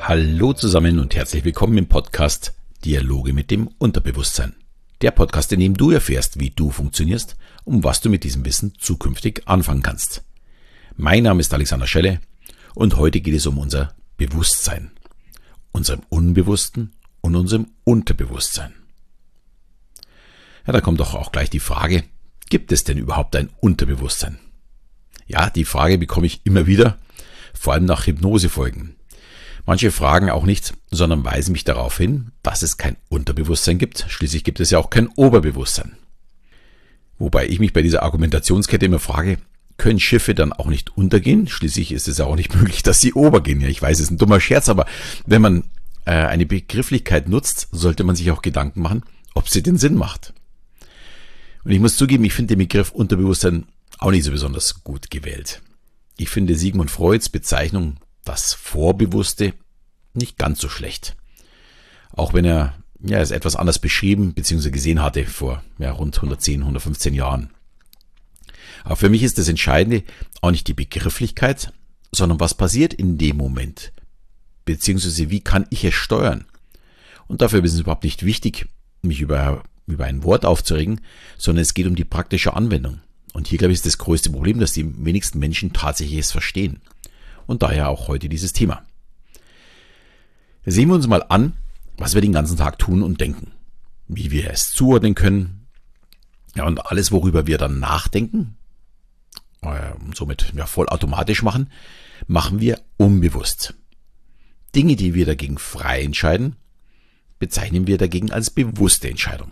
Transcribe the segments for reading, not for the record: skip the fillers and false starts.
Hallo zusammen und herzlich willkommen im Podcast Dialoge mit dem Unterbewusstsein. Der Podcast, in dem du erfährst, wie du funktionierst und was du mit diesem Wissen zukünftig anfangen kannst. Mein Name ist Alexander Schelle und heute geht es um unser Bewusstsein, unserem Unbewussten und unserem Unterbewusstsein. Ja, da kommt doch auch gleich die Frage, gibt es denn überhaupt ein Unterbewusstsein? Ja, die Frage bekomme ich immer wieder, vor allem nach Hypnosefolgen. Manche fragen auch nicht, sondern weisen mich darauf hin, dass es kein Unterbewusstsein gibt. Schließlich gibt es ja auch kein Oberbewusstsein. Wobei ich mich bei dieser Argumentationskette immer frage, können Schiffe dann auch nicht untergehen? Schließlich ist es ja auch nicht möglich, dass sie obergehen. Ja, ich weiß, es ist ein dummer Scherz, aber wenn man eine Begrifflichkeit nutzt, sollte man sich auch Gedanken machen, ob sie den Sinn macht. Und ich muss zugeben, ich finde den Begriff Unterbewusstsein auch nicht so besonders gut gewählt. Ich finde Sigmund Freuds Bezeichnung das Vorbewusste nicht ganz so schlecht. Auch wenn er es etwas anders beschrieben bzw. gesehen hatte vor rund 110, 115 Jahren. Aber für mich ist das Entscheidende auch nicht die Begrifflichkeit, sondern was passiert in dem Moment, beziehungsweise wie kann ich es steuern. Und dafür ist es überhaupt nicht wichtig, mich über ein Wort aufzuregen, sondern es geht um die praktische Anwendung. Und hier, glaube ich, ist das größte Problem, dass die wenigsten Menschen tatsächlich es verstehen. Und daher auch heute dieses Thema. Sehen wir uns mal an, was wir den ganzen Tag tun und denken. Wie wir es zuordnen können. Ja, und alles, worüber wir dann nachdenken, somit vollautomatisch machen, machen wir unbewusst. Dinge, die wir dagegen frei entscheiden, bezeichnen wir dagegen als bewusste Entscheidung.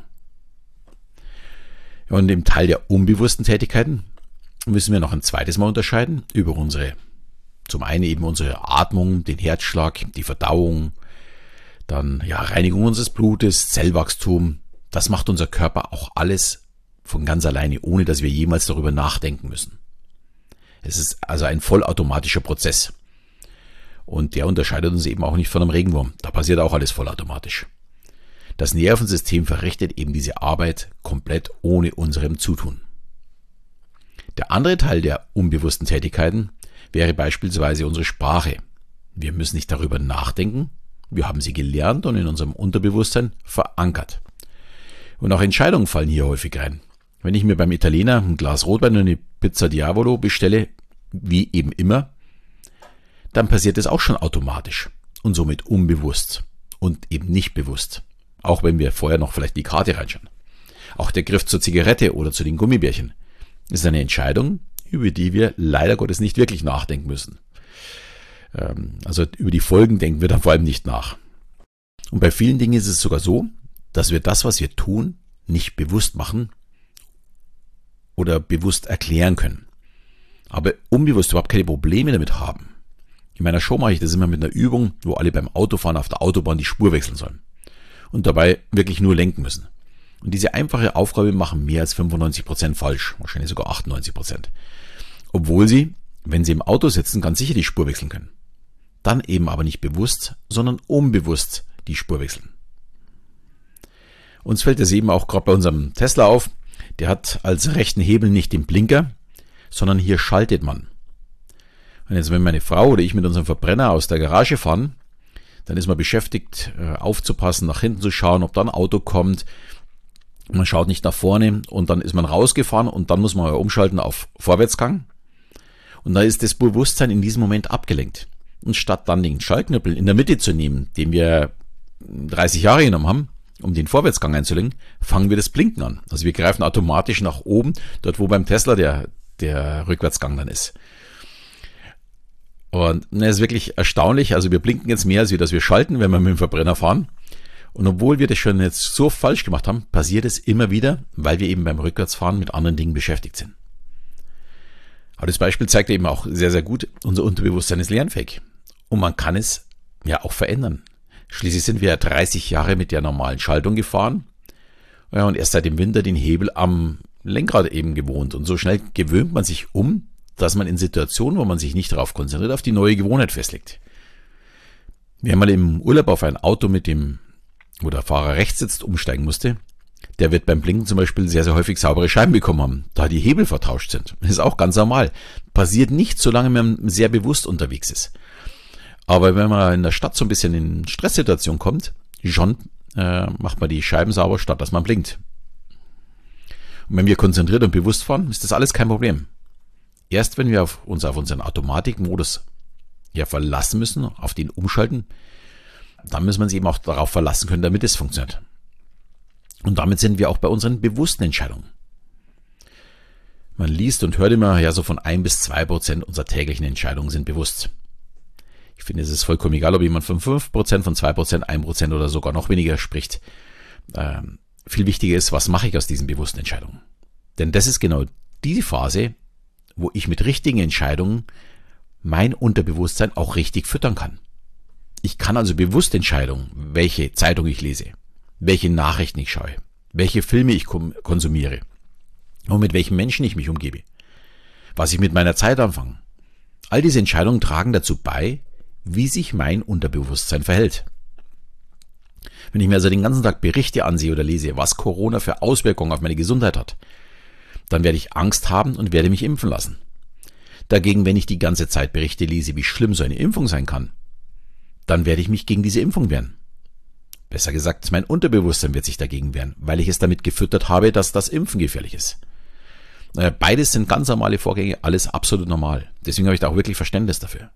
Und im Teil der unbewussten Tätigkeiten müssen wir noch ein zweites Mal unterscheiden über zum einen eben unsere Atmung, den Herzschlag, die Verdauung, dann Reinigung unseres Blutes, Zellwachstum. Das macht unser Körper auch alles von ganz alleine, ohne dass wir jemals darüber nachdenken müssen. Es ist also ein vollautomatischer Prozess. Und der unterscheidet uns eben auch nicht von einem Regenwurm. Da passiert auch alles vollautomatisch. Das Nervensystem verrichtet eben diese Arbeit komplett ohne unserem Zutun. Der andere Teil der unbewussten Tätigkeiten wäre beispielsweise unsere Sprache. Wir müssen nicht darüber nachdenken, wir haben sie gelernt und in unserem Unterbewusstsein verankert. Und auch Entscheidungen fallen hier häufig rein. Wenn ich mir beim Italiener ein Glas Rotwein und eine Pizza Diavolo bestelle, wie eben immer, dann passiert es auch schon automatisch und somit unbewusst und eben nicht bewusst. Auch wenn wir vorher noch vielleicht die Karte reinschauen. Auch der Griff zur Zigarette oder zu den Gummibärchen ist eine Entscheidung, über die wir leider Gottes nicht wirklich nachdenken müssen. Also über die Folgen denken wir dann vor allem nicht nach. Und bei vielen Dingen ist es sogar so, dass wir das, was wir tun, nicht bewusst machen oder bewusst erklären können. Aber unbewusst überhaupt keine Probleme damit haben. In meiner Show mache ich das immer mit einer Übung, wo alle beim Autofahren auf der Autobahn die Spur wechseln sollen. Und dabei wirklich nur lenken müssen. Und diese einfache Aufgabe machen mehr als 95% falsch, wahrscheinlich sogar 98%. Obwohl sie, wenn sie im Auto sitzen, ganz sicher die Spur wechseln können. Dann eben aber nicht bewusst, sondern unbewusst die Spur wechseln. Uns fällt es eben auch gerade bei unserem Tesla auf, der hat als rechten Hebel nicht den Blinker, sondern hier schaltet man. Und jetzt, wenn meine Frau oder ich mit unserem Verbrenner aus der Garage fahren, dann ist man beschäftigt, aufzupassen, nach hinten zu schauen, ob da ein Auto kommt. Man schaut nicht nach vorne und dann ist man rausgefahren und dann muss man umschalten auf Vorwärtsgang. Und da ist das Bewusstsein in diesem Moment abgelenkt. Und statt dann den Schaltknüppel in der Mitte zu nehmen, den wir 30 Jahre genommen haben, um den Vorwärtsgang einzulenken, fangen wir das Blinken an. Also wir greifen automatisch nach oben, dort wo beim Tesla der Rückwärtsgang dann ist. Und das ist wirklich erstaunlich. Also wir blinken jetzt mehr, als dass wir schalten, wenn wir mit dem Verbrenner fahren. Und obwohl wir das schon jetzt so falsch gemacht haben, passiert es immer wieder, weil wir eben beim Rückwärtsfahren mit anderen Dingen beschäftigt sind. Aber das Beispiel zeigt eben auch sehr, sehr gut, unser Unterbewusstsein ist lernfähig. Und man kann es ja auch verändern. Schließlich sind wir ja 30 Jahre mit der normalen Schaltung gefahren. Ja, und erst seit dem Winter den Hebel am Lenkrad eben gewohnt. Und so schnell gewöhnt man sich dass man in Situationen, wo man sich nicht darauf konzentriert, auf die neue Gewohnheit festlegt. Wer mal im Urlaub auf ein Auto wo der Fahrer rechts sitzt, umsteigen musste, der wird beim Blinken zum Beispiel sehr, sehr häufig saubere Scheiben bekommen haben, da die Hebel vertauscht sind. Das ist auch ganz normal. Passiert nicht, solange man sehr bewusst unterwegs ist. Aber wenn man in der Stadt so ein bisschen in Stresssituation kommt, schon macht man die Scheiben sauber, statt dass man blinkt. Und wenn wir konzentriert und bewusst fahren, ist das alles kein Problem. Erst wenn wir uns auf unseren Automatikmodus verlassen müssen, auf den umschalten, dann müssen wir uns eben auch darauf verlassen können, damit es funktioniert. Und damit sind wir auch bei unseren bewussten Entscheidungen. Man liest und hört immer, so von 1-2% unserer täglichen Entscheidungen sind bewusst. Ich finde, es ist vollkommen egal, ob jemand von 5%, von 2%, 1% oder sogar noch weniger spricht. Viel wichtiger ist, was mache ich aus diesen bewussten Entscheidungen? Denn das ist genau die Phase, wo ich mit richtigen Entscheidungen mein Unterbewusstsein auch richtig füttern kann. Ich kann also bewusst entscheiden, welche Zeitung ich lese, welche Nachrichten ich schaue, welche Filme ich konsumiere und mit welchen Menschen ich mich umgebe, was ich mit meiner Zeit anfange. All diese Entscheidungen tragen dazu bei, wie sich mein Unterbewusstsein verhält. Wenn ich mir also den ganzen Tag Berichte ansehe oder lese, was Corona für Auswirkungen auf meine Gesundheit hat, dann werde ich Angst haben und werde mich impfen lassen. Dagegen, wenn ich die ganze Zeit Berichte lese, wie schlimm so eine Impfung sein kann, dann werde ich mich gegen diese Impfung wehren. Besser gesagt, mein Unterbewusstsein wird sich dagegen wehren, weil ich es damit gefüttert habe, dass das Impfen gefährlich ist. Beides sind ganz normale Vorgänge, alles absolut normal. Deswegen habe ich da auch wirklich Verständnis dafür.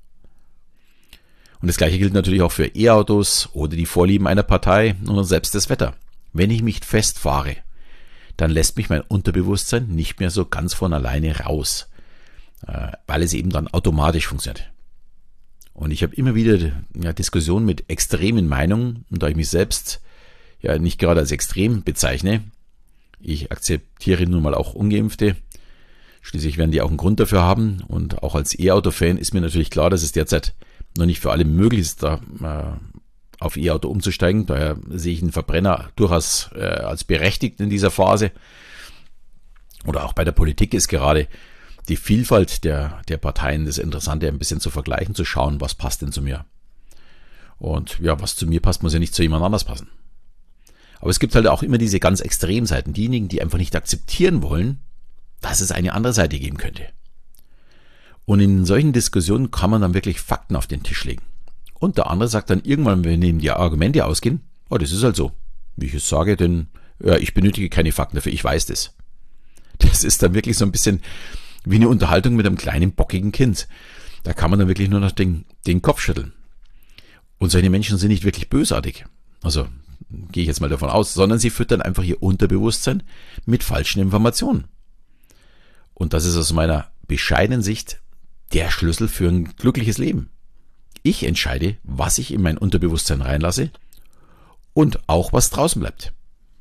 Und das Gleiche gilt natürlich auch für E-Autos oder die Vorlieben einer Partei oder selbst das Wetter. Wenn ich mich festfahre, dann lässt mich mein Unterbewusstsein nicht mehr so ganz von alleine raus, weil es eben dann automatisch funktioniert. Und ich habe immer wieder Diskussionen mit extremen Meinungen, und da ich mich selbst nicht gerade als extrem bezeichne, ich akzeptiere nun mal auch Ungeimpfte, schließlich werden die auch einen Grund dafür haben, und auch als E-Auto-Fan ist mir natürlich klar, dass es derzeit noch nicht für alle möglich ist, da auf E-Auto umzusteigen. Daher sehe ich einen Verbrenner durchaus als berechtigt in dieser Phase. Oder auch bei der Politik ist gerade die Vielfalt der Parteien das Interessante, ein bisschen zu vergleichen, zu schauen, was passt denn zu mir. Und was zu mir passt, muss ja nicht zu jemand anders passen. Aber es gibt halt auch immer diese ganz Extremseiten, diejenigen, die einfach nicht akzeptieren wollen, dass es eine andere Seite geben könnte. Und in solchen Diskussionen kann man dann wirklich Fakten auf den Tisch legen. Und der andere sagt dann irgendwann, wenn ihm die Argumente ausgehen, das ist halt so, wie ich es sage, denn ich benötige keine Fakten dafür, ich weiß das. Das ist dann wirklich so ein bisschen wie eine Unterhaltung mit einem kleinen, bockigen Kind. Da kann man dann wirklich nur noch den Kopf schütteln. Und solche Menschen sind nicht wirklich bösartig. Also gehe ich jetzt mal davon aus, sondern sie füttern einfach ihr Unterbewusstsein mit falschen Informationen. Und das ist aus meiner bescheidenen Sicht der Schlüssel für ein glückliches Leben. Ich entscheide, was ich in mein Unterbewusstsein reinlasse und auch was draußen bleibt.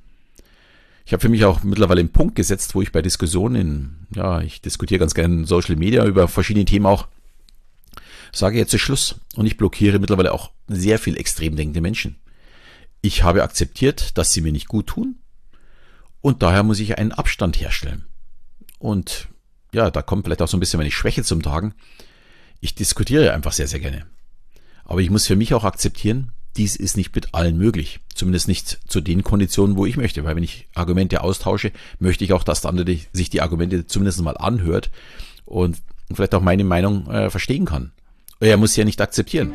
Ich habe für mich auch mittlerweile einen Punkt gesetzt, wo ich bei Diskussionen, ich diskutiere ganz gerne in Social Media über verschiedene Themen auch, sage jetzt ist Schluss, und ich blockiere mittlerweile auch sehr viel extrem denkende Menschen. Ich habe akzeptiert, dass sie mir nicht gut tun, und daher muss ich einen Abstand herstellen. Und da kommt vielleicht auch so ein bisschen meine Schwäche zum Tragen. Ich diskutiere einfach sehr, sehr gerne. Aber ich muss für mich auch akzeptieren, dies ist nicht mit allen möglich. Zumindest nicht zu den Konditionen, wo ich möchte. Weil wenn ich Argumente austausche, möchte ich auch, dass der andere sich die Argumente zumindest mal anhört und vielleicht auch meine Meinung verstehen kann. Er muss sie ja nicht akzeptieren.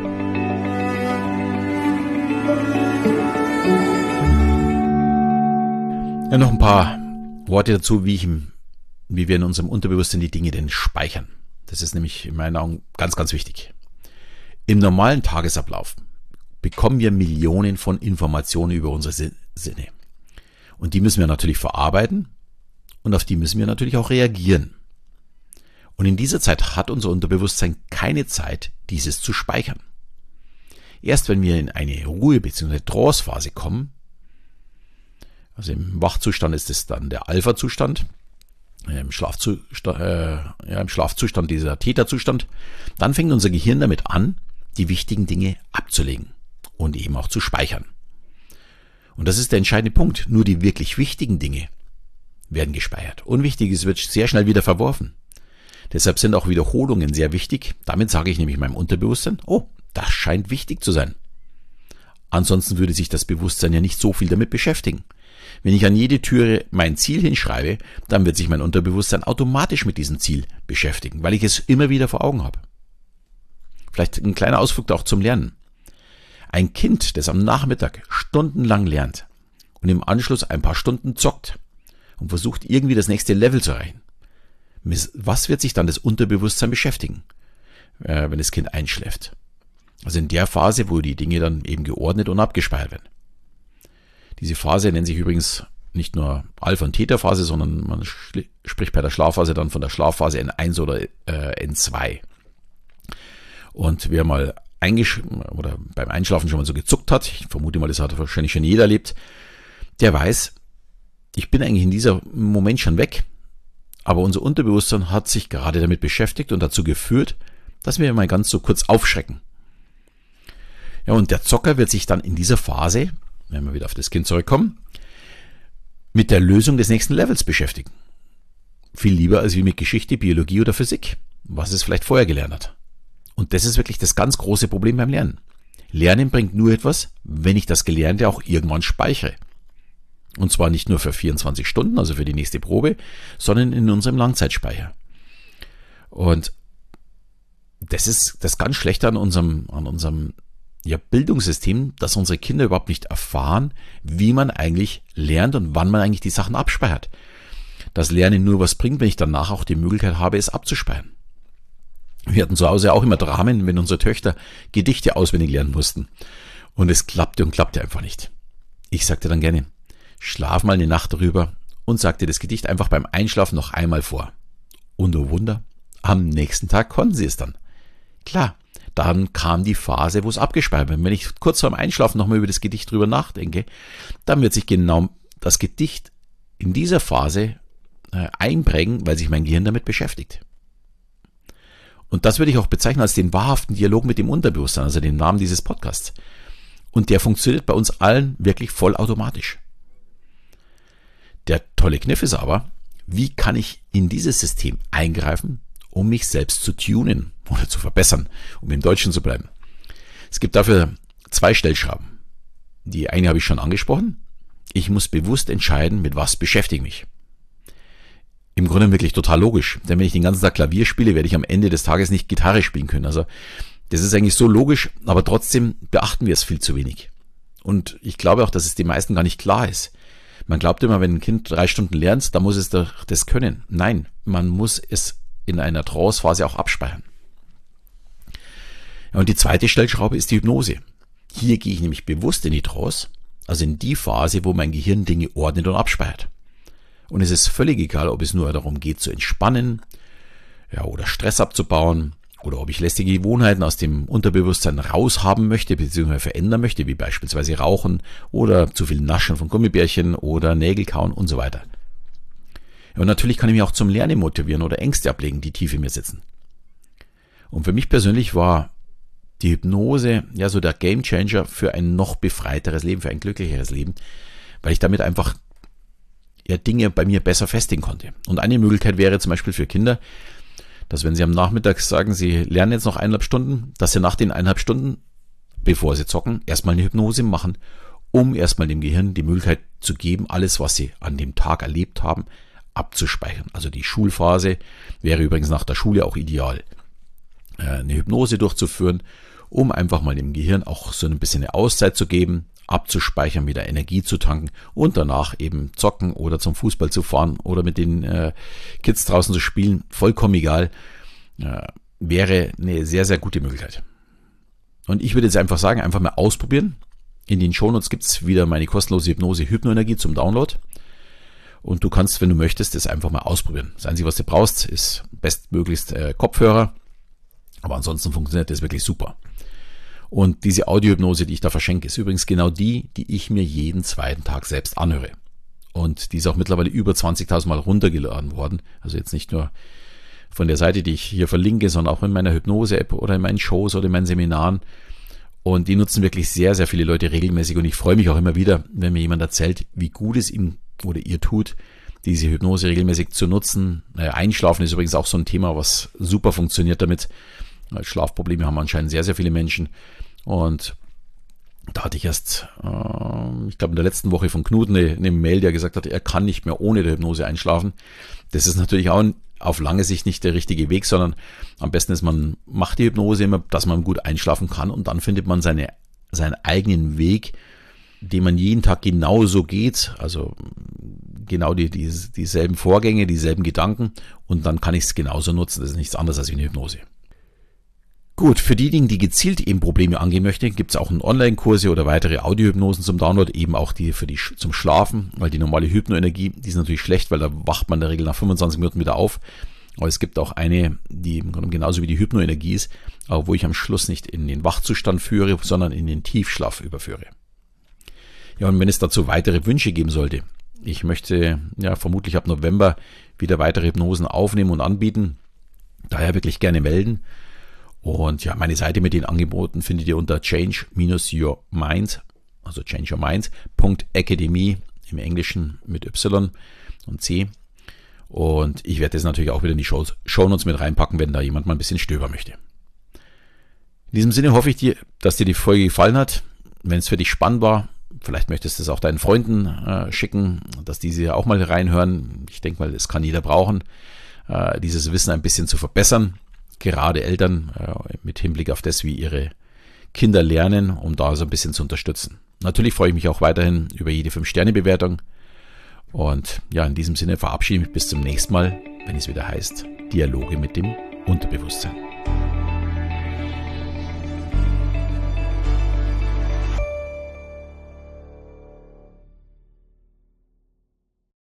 Noch ein paar Worte dazu, wie wir in unserem Unterbewusstsein die Dinge denn speichern. Das ist nämlich in meinen Augen ganz, ganz wichtig. Im normalen Tagesablauf bekommen wir Millionen von Informationen über unsere Sinne. Und die müssen wir natürlich verarbeiten und auf die müssen wir natürlich auch reagieren. Und in dieser Zeit hat unser Unterbewusstsein keine Zeit, dieses zu speichern. Erst wenn wir in eine Ruhe- bzw. Trance-Phase kommen, also im Wachzustand ist es dann der Alpha-Zustand, im Schlafzustand dieser Theta-Zustand, dann fängt unser Gehirn damit an, die wichtigen Dinge abzulegen und eben auch zu speichern. Und das ist der entscheidende Punkt. Nur die wirklich wichtigen Dinge werden gespeichert. Unwichtiges wird sehr schnell wieder verworfen. Deshalb sind auch Wiederholungen sehr wichtig. Damit sage ich nämlich meinem Unterbewusstsein, das scheint wichtig zu sein. Ansonsten würde sich das Bewusstsein ja nicht so viel damit beschäftigen. Wenn ich an jede Türe mein Ziel hinschreibe, dann wird sich mein Unterbewusstsein automatisch mit diesem Ziel beschäftigen, weil ich es immer wieder vor Augen habe. Vielleicht ein kleiner Ausflug auch zum Lernen. Ein Kind, das am Nachmittag stundenlang lernt und im Anschluss ein paar Stunden zockt und versucht irgendwie das nächste Level zu erreichen. Was wird sich dann das Unterbewusstsein beschäftigen, wenn das Kind einschläft? Also in der Phase, wo die Dinge dann eben geordnet und abgespeichert werden. Diese Phase nennt sich übrigens nicht nur Alpha- und Theta-Phase, sondern man spricht bei der Schlafphase dann von der Schlafphase N1 oder N2. Und wer mal oder beim Einschlafen schon mal so gezuckt hat, ich vermute mal, das hat wahrscheinlich schon jeder erlebt, der weiß, ich bin eigentlich in dieser Moment schon weg, aber unser Unterbewusstsein hat sich gerade damit beschäftigt und dazu geführt, dass wir mal ganz so kurz aufschrecken. Ja, und der Zocker wird sich dann in dieser Phase, wenn wir wieder auf das Kind zurückkommen, mit der Lösung des nächsten Levels beschäftigen. Viel lieber als wie mit Geschichte, Biologie oder Physik, was es vielleicht vorher gelernt hat. Und das ist wirklich das ganz große Problem beim Lernen. Lernen bringt nur etwas, wenn ich das Gelernte auch irgendwann speichere. Und zwar nicht nur für 24 Stunden, also für die nächste Probe, sondern in unserem Langzeitspeicher. Und das ist das ganz Schlechte an unserem Bildungssystem, dass unsere Kinder überhaupt nicht erfahren, wie man eigentlich lernt und wann man eigentlich die Sachen abspeichert. Das Lernen nur was bringt, wenn ich danach auch die Möglichkeit habe, es abzuspeichern. Wir hatten zu Hause auch immer Dramen, wenn unsere Töchter Gedichte auswendig lernen mussten. Und es klappte einfach nicht. Ich sagte dann gerne, schlaf mal eine Nacht drüber und sagte das Gedicht einfach beim Einschlafen noch einmal vor. Und oh Wunder, am nächsten Tag konnten sie es dann. Klar, dann kam die Phase, wo es abgespeichert wird. Wenn ich kurz vor dem Einschlafen nochmal über das Gedicht drüber nachdenke, dann wird sich genau das Gedicht in dieser Phase einprägen, weil sich mein Gehirn damit beschäftigt. Und das würde ich auch bezeichnen als den wahrhaften Dialog mit dem Unterbewusstsein, also den Namen dieses Podcasts. Und der funktioniert bei uns allen wirklich vollautomatisch. Der tolle Kniff ist aber, wie kann ich in dieses System eingreifen, um mich selbst zu tunen oder zu verbessern, um im Deutschen zu bleiben. Es gibt dafür 2 Stellschrauben. Die eine habe ich schon angesprochen. Ich muss bewusst entscheiden, mit was beschäftige ich mich. Im Grunde wirklich total logisch, denn wenn ich den ganzen Tag Klavier spiele, werde ich am Ende des Tages nicht Gitarre spielen können. Also das ist eigentlich so logisch, aber trotzdem beachten wir es viel zu wenig. Und ich glaube auch, dass es den meisten gar nicht klar ist. Man glaubt immer, wenn ein Kind 3 Stunden lernt, dann muss es das können. Nein, man muss es in einer Trance-Phase auch abspeichern. Und die zweite Stellschraube ist die Hypnose. Hier gehe ich nämlich bewusst in die Trance, also in die Phase, wo mein Gehirn Dinge ordnet und abspeichert. Und es ist völlig egal, ob es nur darum geht zu entspannen, oder Stress abzubauen, oder ob ich lästige Gewohnheiten aus dem Unterbewusstsein raushaben möchte, beziehungsweise verändern möchte, wie beispielsweise Rauchen oder zu viel Naschen von Gummibärchen oder Nägel kauen und so weiter. Und natürlich kann ich mich auch zum Lernen motivieren oder Ängste ablegen, die tief in mir sitzen. Und für mich persönlich war die Hypnose so der Gamechanger für ein noch befreiteres Leben, für ein glücklicheres Leben, weil ich damit einfach Dinge bei mir besser festigen konnte. Und eine Möglichkeit wäre zum Beispiel für Kinder, dass wenn sie am Nachmittag sagen, sie lernen jetzt noch 1,5 Stunden, dass sie nach den 1,5 Stunden, bevor sie zocken, erstmal eine Hypnose machen, um erstmal dem Gehirn die Möglichkeit zu geben, alles, was sie an dem Tag erlebt haben, abzuspeichern. Also die Schulphase wäre übrigens nach der Schule auch ideal. Eine Hypnose durchzuführen, um einfach mal dem Gehirn auch so ein bisschen eine Auszeit zu geben, abzuspeichern, wieder Energie zu tanken und danach eben zocken oder zum Fußball zu fahren oder mit den Kids draußen zu spielen, vollkommen egal, wäre eine sehr, sehr gute Möglichkeit. Und ich würde jetzt einfach sagen, einfach mal ausprobieren. In den Shownotes gibt es wieder meine kostenlose Hypnose Hypnoenergie zum Download. Und du kannst, wenn du möchtest, das einfach mal ausprobieren. Das Einzige, was du brauchst, ist bestmöglichst Kopfhörer. Aber ansonsten funktioniert das wirklich super. Und diese Audiohypnose, die ich da verschenke, ist übrigens genau die ich mir jeden zweiten Tag selbst anhöre. Und die ist auch mittlerweile über 20.000 Mal runtergeladen worden. Also jetzt nicht nur von der Seite, die ich hier verlinke, sondern auch in meiner Hypnose-App oder in meinen Shows oder in meinen Seminaren. Und die nutzen wirklich sehr, sehr viele Leute regelmäßig. Und ich freue mich auch immer wieder, wenn mir jemand erzählt, wie gut es ihm oder ihr tut, diese Hypnose regelmäßig zu nutzen. Einschlafen ist übrigens auch so ein Thema, was super funktioniert damit. Schlafprobleme haben anscheinend sehr, sehr viele Menschen. Und da hatte ich erst, ich glaube in der letzten Woche von Knut eine Mail, der gesagt hat, er kann nicht mehr ohne die Hypnose einschlafen. Das ist natürlich auch auf lange Sicht nicht der richtige Weg, sondern am besten ist, man macht die Hypnose immer, dass man gut einschlafen kann und dann findet man seinen eigenen Weg, den man jeden Tag genauso geht, also genau dieselben Vorgänge, dieselben Gedanken und dann kann ich es genauso nutzen. Das ist nichts anderes als eine Hypnose. Gut, für diejenigen, die gezielt eben Probleme angehen möchten, gibt es auch Online-Kurse oder weitere Audiohypnosen zum Download, eben auch die zum Schlafen, weil die normale Hypnoenergie, die ist natürlich schlecht, weil da wacht man in der Regel nach 25 Minuten wieder auf. Aber es gibt auch eine, die genauso wie die Hypnoenergie ist, aber wo ich am Schluss nicht in den Wachzustand führe, sondern in den Tiefschlaf überführe. Ja, und wenn es dazu weitere Wünsche geben sollte, ich möchte ja vermutlich ab November wieder weitere Hypnosen aufnehmen und anbieten, daher wirklich gerne melden. Und ja, meine Seite mit den Angeboten findet ihr unter change-your-mind, also changeyourmind.academy im Englischen mit Y und C. Und ich werde das natürlich auch wieder in die Shownotes mit reinpacken, wenn da jemand mal ein bisschen stöbern möchte. In diesem Sinne hoffe ich dass dir die Folge gefallen hat. Wenn es für dich spannend war, vielleicht möchtest du es auch deinen Freunden schicken, dass diese auch mal reinhören. Ich denke mal, es kann jeder brauchen, dieses Wissen ein bisschen zu verbessern. Gerade Eltern mit Hinblick auf das, wie ihre Kinder lernen, um da so ein bisschen zu unterstützen. Natürlich freue ich mich auch weiterhin über jede 5-Sterne-Bewertung. Und ja, in diesem Sinne verabschiede ich mich bis zum nächsten Mal, wenn es wieder heißt, Dialoge mit dem Unterbewusstsein.